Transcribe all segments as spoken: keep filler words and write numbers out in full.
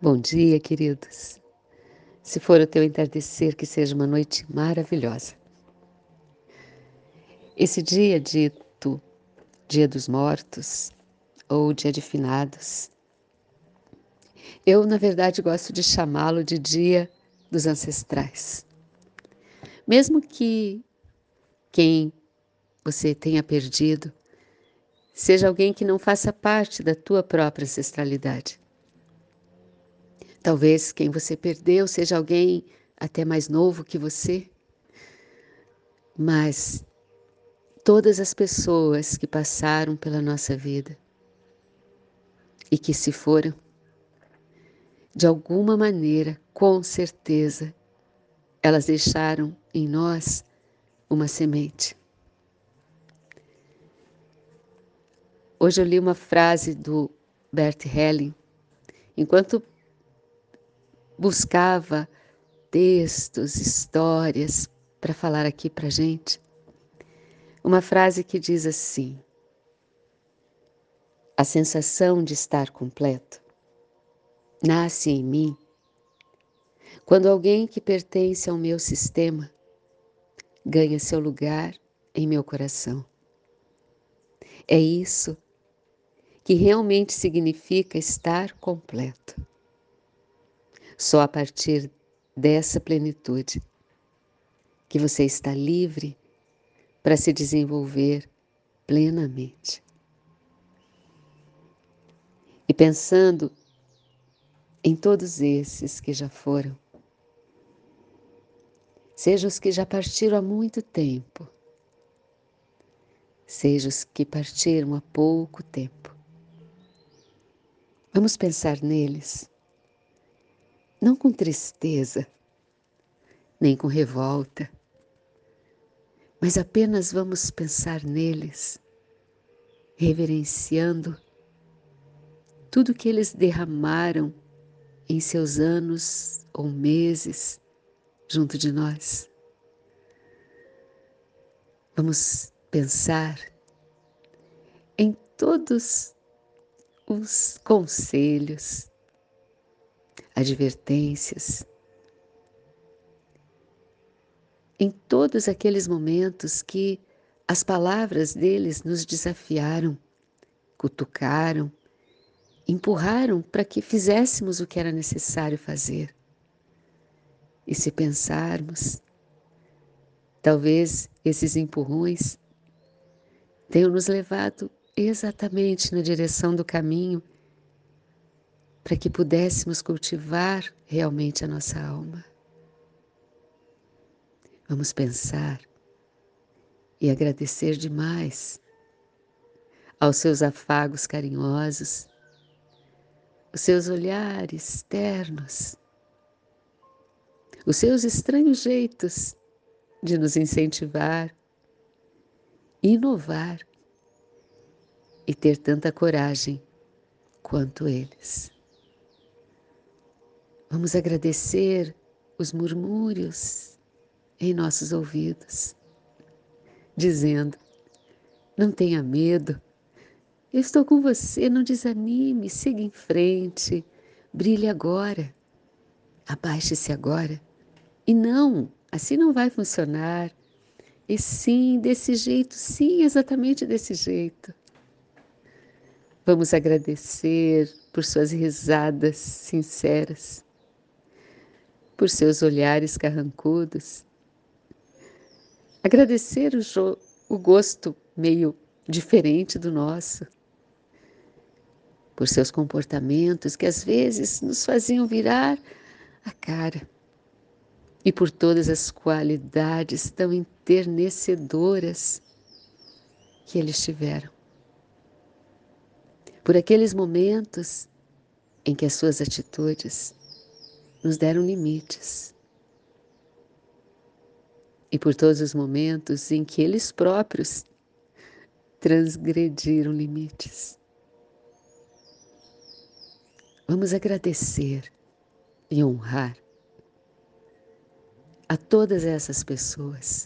Bom dia, queridos. Se for o teu entardecer, que seja uma noite maravilhosa. Esse dia dito Dia dos Mortos ou Dia de Finados, eu, na verdade, gosto de chamá-lo de Dia dos Ancestrais. Mesmo que quem você tenha perdido seja alguém que não faça parte da tua própria ancestralidade. Talvez quem você perdeu seja alguém até mais novo que você, mas todas as pessoas que passaram pela nossa vida e que se foram, de alguma maneira, com certeza, elas deixaram em nós uma semente. Hoje eu li uma frase do Bert Helling, enquanto buscava textos, histórias para falar aqui para a gente. Uma frase que diz assim: a sensação de estar completo nasce em mim quando alguém que pertence ao meu sistema ganha seu lugar em meu coração. É isso que realmente significa estar completo. Só a partir dessa plenitude que você está livre para se desenvolver plenamente. E pensando em todos esses que já foram, seja os que já partiram há muito tempo, seja os que partiram há pouco tempo, vamos pensar neles, não com tristeza, nem com revolta, mas apenas vamos pensar neles, reverenciando tudo que eles derramaram em seus anos ou meses junto de nós. Vamos pensar em todos os conselhos, advertências, em todos aqueles momentos que as palavras deles nos desafiaram, cutucaram, empurraram para que fizéssemos o que era necessário fazer. E se pensarmos, talvez esses empurrões tenham nos levado exatamente na direção do caminho para que pudéssemos cultivar realmente a nossa alma. Vamos pensar e agradecer demais aos seus afagos carinhosos, os seus olhares ternos, os seus estranhos jeitos de nos incentivar, inovar e ter tanta coragem quanto eles. Vamos agradecer os murmúrios em nossos ouvidos, dizendo: não tenha medo, eu estou com você, não desanime, siga em frente, brilhe agora, abaixe-se agora. E não, assim não vai funcionar. E sim, desse jeito, sim, exatamente desse jeito. Vamos agradecer por suas risadas sinceras, por seus olhares carrancudos. Agradecer o, o gosto meio diferente do nosso, por seus comportamentos que às vezes nos faziam virar a cara, e por todas as qualidades tão enternecedoras que eles tiveram. Por aqueles momentos em que as suas atitudes nos deram limites. E por todos os momentos em que eles próprios transgrediram limites. Vamos agradecer e honrar a todas essas pessoas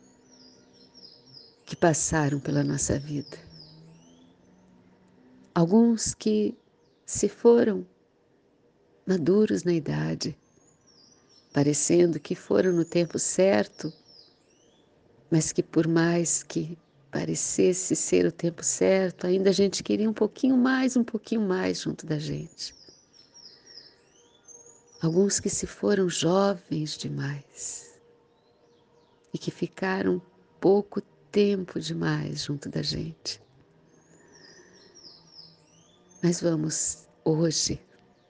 que passaram pela nossa vida. Alguns que se foram maduros na idade, parecendo que foram no tempo certo, mas que por mais que parecesse ser o tempo certo, ainda a gente queria um pouquinho mais, um pouquinho mais junto da gente. Alguns que se foram jovens demais e que ficaram pouco tempo demais junto da gente. Mas vamos hoje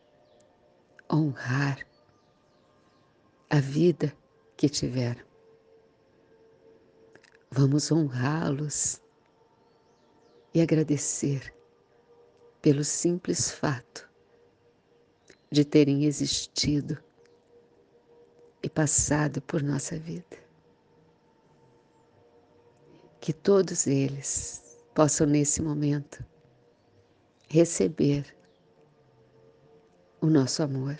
honrar a vida que tiveram. Vamos honrá-los e agradecer pelo simples fato de terem existido e passado por nossa vida. Que todos eles possam nesse momento receber o nosso amor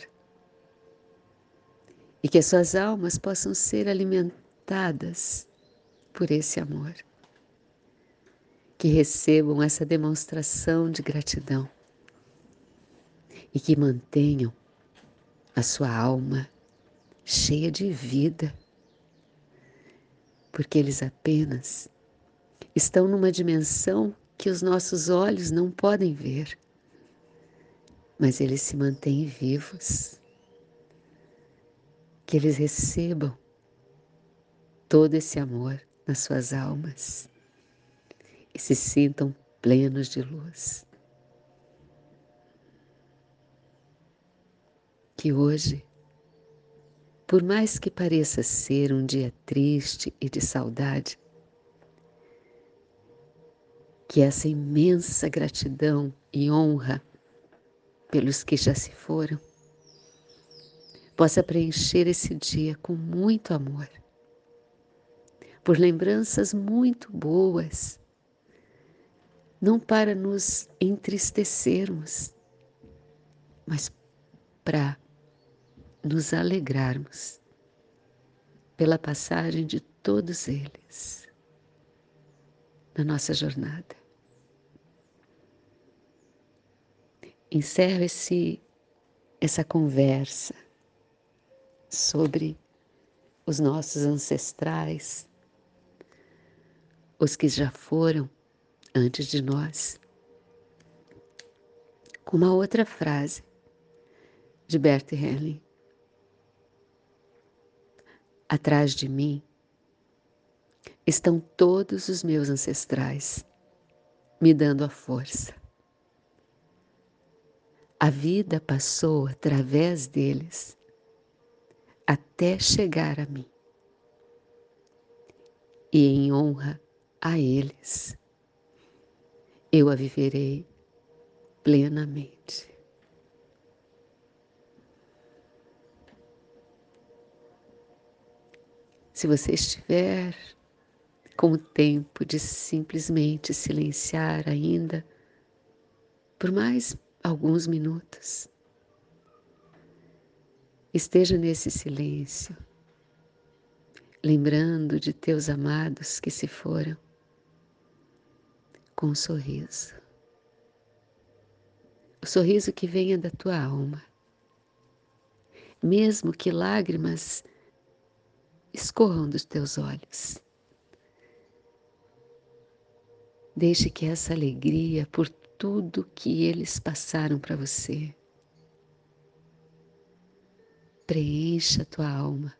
e que as suas almas possam ser alimentadas por esse amor. Que recebam essa demonstração de gratidão e que mantenham a sua alma cheia de vida, porque eles apenas estão numa dimensão que os nossos olhos não podem ver, mas eles se mantêm vivos. Que eles recebam todo esse amor nas suas almas e se sintam plenos de luz. Que hoje, por mais que pareça ser um dia triste e de saudade, que essa imensa gratidão e honra pelos que já se foram possa preencher esse dia com muito amor, por lembranças muito boas, não para nos entristecermos, mas para nos alegrarmos pela passagem de todos eles na nossa jornada. Encerro esse, essa conversa sobre os nossos ancestrais, os que já foram antes de nós, com uma outra frase de Bert Helling. Atrás de mim estão todos os meus ancestrais, me dando a força. A vida passou através deles até chegar a mim. E em honra a eles, eu a viverei plenamente. Se você estiver com o tempo de simplesmente silenciar ainda por mais alguns minutos, esteja nesse silêncio, lembrando de teus amados que se foram, com um sorriso. O sorriso que venha da tua alma, mesmo que lágrimas escorram dos teus olhos. Deixe que essa alegria por tudo que eles passaram para você preencha a tua alma.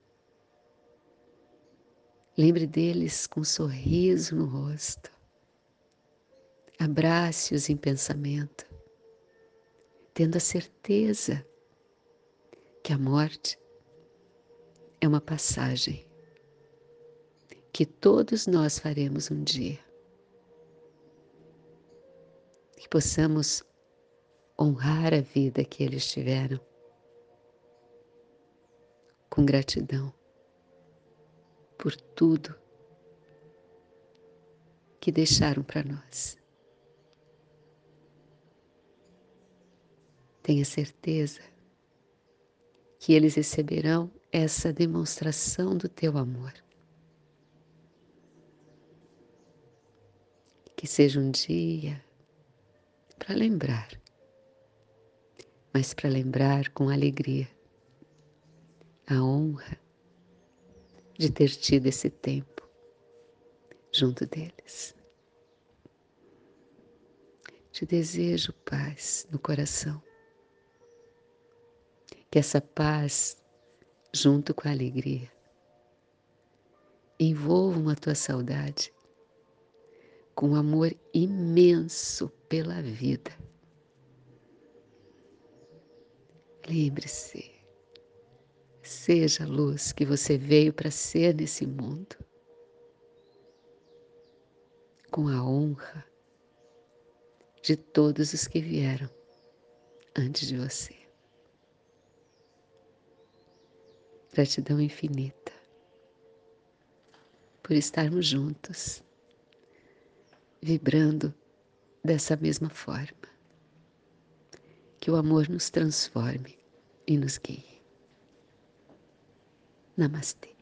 Lembre deles com um sorriso no rosto. Abrace-os em pensamento, tendo a certeza que a morte é uma passagem que todos nós faremos um dia. Que possamos honrar a vida que eles tiveram com gratidão por tudo que deixaram para nós. Tenha certeza que eles receberão essa demonstração do teu amor. Que seja um dia para lembrar mas para lembrar com alegria a honra de ter tido esse tempo junto deles. Te desejo paz no coração, que essa paz, junto com a alegria, envolvam a tua saudade com um amor imenso pela vida. Lembre-se, seja a luz que você veio para ser nesse mundo, com a honra de todos os que vieram antes de você. Gratidão infinita por estarmos juntos, vibrando dessa mesma forma. Que o amor nos transforme e nos guie. Namastê.